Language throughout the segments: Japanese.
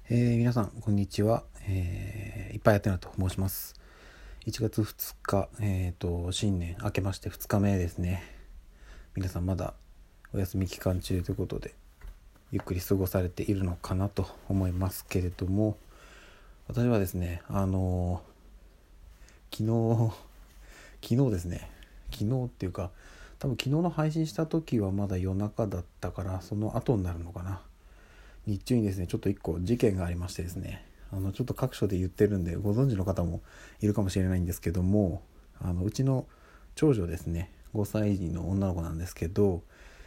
皆さんこんにちは、いっぱいやってなと申します。1月2日、新年明けまして2日目ですね。皆さんまだお休み期間中ということでゆっくり過ごされているのかなと思いますけれども、私はですね昨日ですね、昨日っていうか多分昨日の配信した時はまだ夜中だったからその後になるのかな。日中にですねちょっと一個事件がありましてですね、ちょっと各所で言ってるんでご存知の方もいるかもしれないんですけども、うちの長女ですね、5歳児の女の子なんですけど、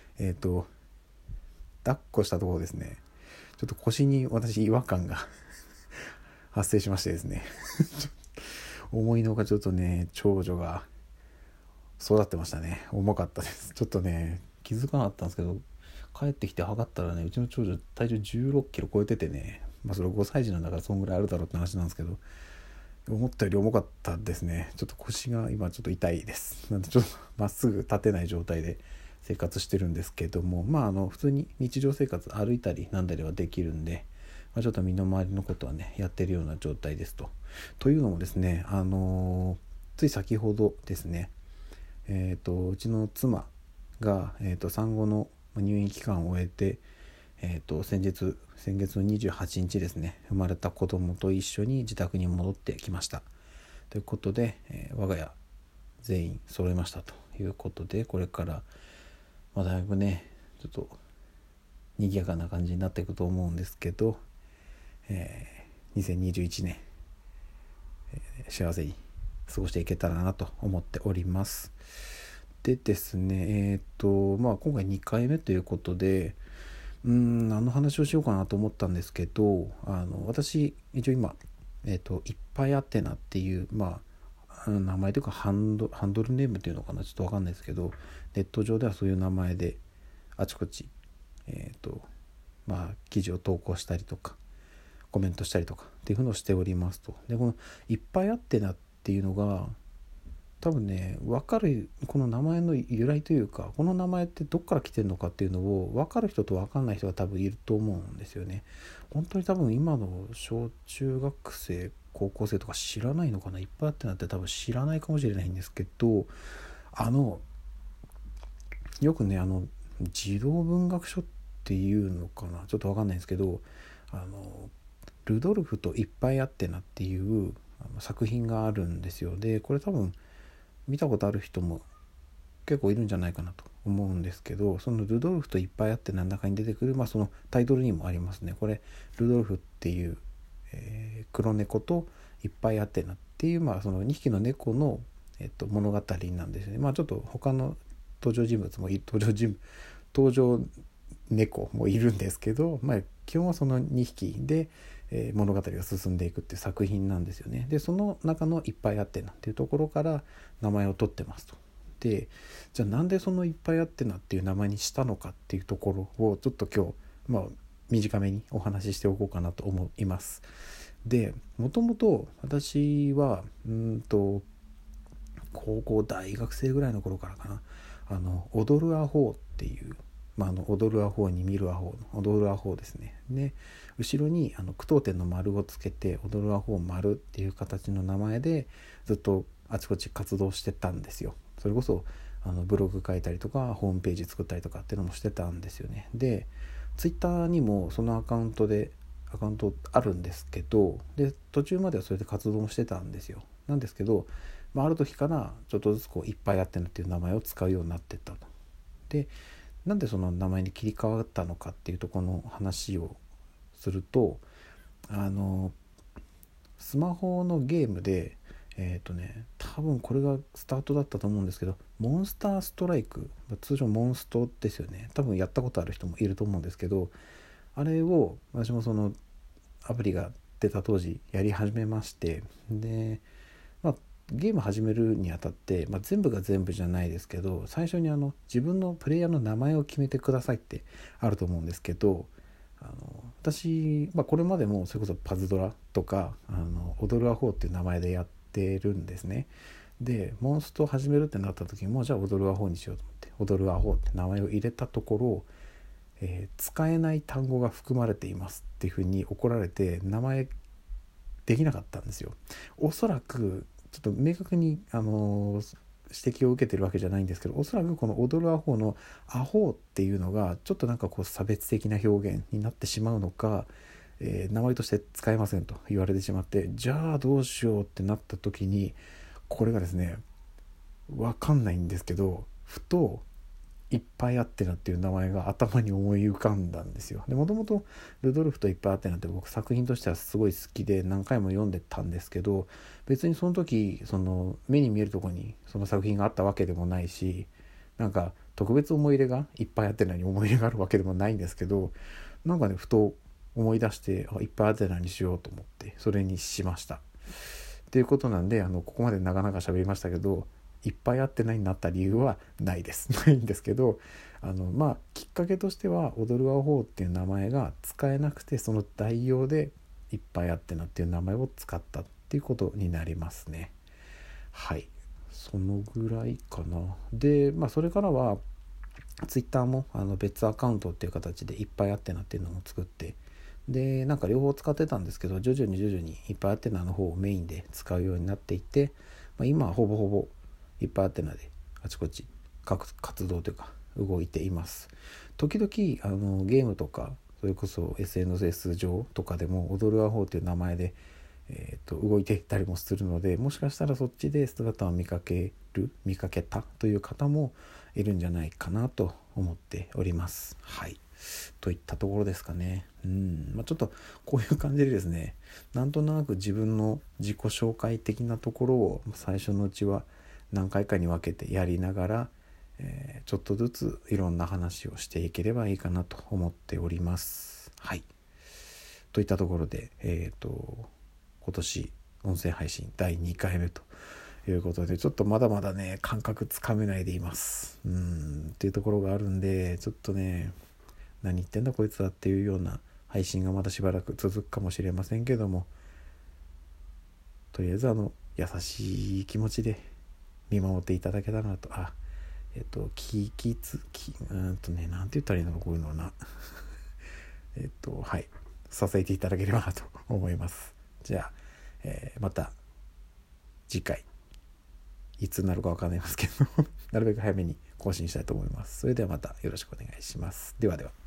抱っこしたところですね、ちょっと腰に私違和感が発生しましてですね思いのほかちょっとね長女が育ってましたね。重かったです。ちょっとね気づかなかったんですけど、帰ってきて測ったらね、うちの長女体重16キロ超えててね、それ5歳児なんだからそんぐらいあるだろうって話なんですけど、思ったより重かったですね。ちょっと腰が今ちょっと痛いです。なんでちょっとまっすぐ立てない状態で生活してるんですけども、普通に日常生活歩いたりなんだりはできるんで、ちょっと身の回りのことはねやってるような状態ですと。というのもですね、つい先ほどですね、うちの妻が、産後の入院期間を終えて、先月の28日ですね、生まれた子供と一緒に自宅に戻ってきましたということで、我が家全員揃いましたということで、これから、だいぶねちょっと賑やかな感じになっていくと思うんですけど、2021年、幸せに過ごしていけたらなと思っております。でですね、今回2回目ということで、何の話をしようかなと思ったんですけど、私一応今、いっぱいあってなっていう、名前というかハンドルネームっていうのかな、ちょっと分かんないですけど、ネット上ではそういう名前であちこち、記事を投稿したりとかコメントしたりとかっていうふうのをしておりますと。でこのいっぱいあってなっていうのが多分ね分かる、この名前の由来というか、この名前ってどっから来てるのかっていうのを分かる人と分かんない人が多分いると思うんですよね。本当に多分今の小中学生高校生とか知らないのかな。いっぱいあってなって多分知らないかもしれないんですけど、よくね児童文学書っていうのかな、ちょっと分かんないんですけど、ルドルフといっぱいあってなっていう作品があるんですよ。でこれ多分見たことある人も結構いるんじゃないかなと思うんですけど、そのルドルフといっぱいあって何らかに出てくる、そのタイトルにもありますね。これルドルフっていう、黒猫といっぱいあってなっていう、その2匹の猫の、物語なんですよね。ちょっと他の登場猫もいるんですけど、基本はその2匹で、物語が進んでいくっていう作品なんですよね。でその中のいっぱいあってなっていうところから名前を取ってますと。でじゃあなんでそのいっぱいあってなっていう名前にしたのかっていうところをちょっと今日、短めにお話ししておこうかなと思います。でもともと私は高校大学生ぐらいの頃からかな、踊るアホーっていう、踊るアホーに見るアホーの踊るアホーですね。で後ろに句読点の丸をつけて踊るアホー丸っていう形の名前でずっとあちこち活動してたんですよ。それこそブログ書いたりとかホームページ作ったりとかっていうのもしてたんですよね。でツイッターにもそのアカウントあるんですけど、で途中まではそれで活動もしてたんですよ。なんですけど、ある時からちょっとずついっぱいあってなっていう名前を使うようになってったと。でなんでその名前に切り替わったのかっていうところの話をすると、スマホのゲームで多分これがスタートだったと思うんですけど、モンスターストライク、通称モンストですよね。多分やったことある人もいると思うんですけど、あれを私もそのアプリが出た当時やり始めまして、でゲーム始めるにあたって、全部が全部じゃないですけど、最初に自分のプレイヤーの名前を決めてくださいってあると思うんですけど、私、これまでもそれこそパズドラとか踊るアホーっていう名前でやってるんですね。でモンストを始めるってなった時も、じゃあ踊るアホーにしようと思って踊るアホーって名前を入れたところ、 使えない単語が含まれていますっていうふうに怒られて名前できなかったんですよ。おそらくちょっと明確に指摘を受けてるわけじゃないんですけど、おそらくこの踊るアホのアホっていうのがちょっとなんかこう差別的な表現になってしまうのか、名前として使えませんと言われてしまって、じゃあどうしようってなった時に、これがですね分かんないんですけど、ふといっぱいあってなっていう名前が頭に思い浮かんだんですよ。でもともとルドルフといっぱいあってなって僕作品としてはすごい好きで何回も読んでたんですけど、別にその時その目に見えるところにその作品があったわけでもないし、なんか特別思い入れがいっぱいあってなに思い入れがあるわけでもないんですけど、なんかねふと思い出していっぱいあってなにしようと思ってそれにしました。っていうことなんで、ここまで長々喋りましたけど、いっぱいあってないになった理由はないですないんですけど、きっかけとしては踊るアホーっていう名前が使えなくて、その代用でいっぱいあってなっていう名前を使ったっていうことになりますね。はい、そのぐらいかな。でそれからはツイッターも別アカウントっていう形でいっぱいあってなっていうのを作って、でなんか両方使ってたんですけど、徐々にいっぱいあってなの方をメインで使うようになっていて、今はほぼほぼいっぱいあってなであちこち活動というか動いています。時々ゲームとかそれこそ SNS 上とかでも踊るアホーという名前で、動いていたりもするので、もしかしたらそっちで姿を見かけたという方もいるんじゃないかなと思っております。はいといったところですかね。ちょっとこういう感じでですね、なんとなく自分の自己紹介的なところを最初のうちは何回かに分けてやりながら、ちょっとずついろんな話をしていければいいかなと思っております。はいといったところで、今年音声配信第2回目ということで、ちょっとまだまだね感覚つかめないでいますっていうところがあるんで、ちょっとね何言ってんだこいつはっていうような配信がまだしばらく続くかもしれませんけども、とりあえず優しい気持ちで見守っていただけたらなと。なんて言ったらいいのかこういうのはなはい支えていただければなと思います。じゃあ、また次回いつになるか分かんないですけどなるべく早めに更新したいと思います。それではまたよろしくお願いします。ではでは。